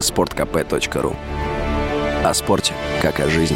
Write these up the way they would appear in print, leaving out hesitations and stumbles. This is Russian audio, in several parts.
sportkp.ru. О спорте, как о жизни.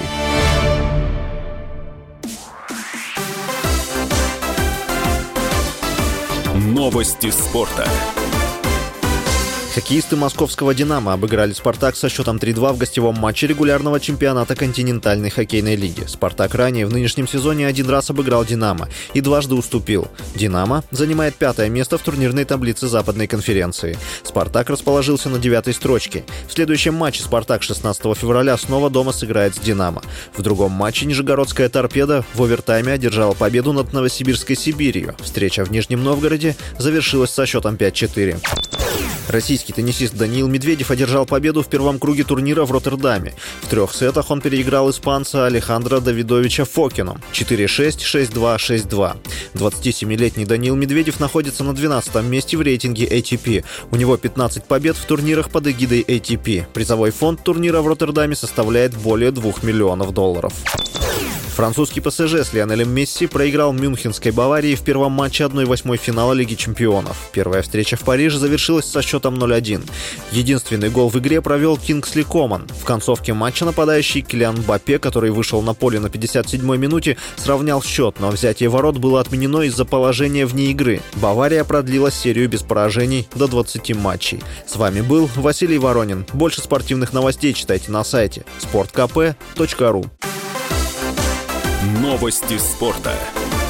Новости спорта. Хоккеисты московского «Динамо» обыграли «Спартак» со счетом 3-2 в гостевом матче регулярного чемпионата континентальной хоккейной лиги. «Спартак» ранее в нынешнем сезоне один раз обыграл «Динамо» и дважды уступил. «Динамо» занимает 5-е место в турнирной таблице Западной конференции. «Спартак» расположился на 9-й строчке. В следующем матче «Спартак» 16 февраля снова дома сыграет с «Динамо». В другом матче нижегородская «Торпедо» в овертайме одержала победу над новосибирской «Сибирью». Встреча в Нижнем Новгороде завершилась со счетом 5-4. Российский теннисист Даниил Медведев одержал победу в первом круге турнира в Роттердаме. В 3 сетах он переиграл испанца Алехандро Давидовича Фокину 4-6, 6-2, 6-2. 27-летний Даниил Медведев находится на 12-м месте в рейтинге ATP. У него 15 побед в турнирах под эгидой ATP. Призовой фонд турнира в Роттердаме составляет более $2 миллионов. Французский ПСЖ с Лионелем Месси проиграл мюнхенской Баварии в первом матче 1/8 финала Лиги чемпионов. Первая встреча в Париже завершилась со счетом 0-1. Единственный гол в игре провел Кингсли Коман. В концовке матча нападающий Килиан Мбаппе, который вышел на поле на 57-й минуте, сравнял счет, но взятие ворот было отменено из-за положения вне игры. Бавария продлила серию без поражений до 20 матчей. С вами был Василий Воронин. Больше спортивных новостей читайте на сайте sportkp.ru. Новости спорта.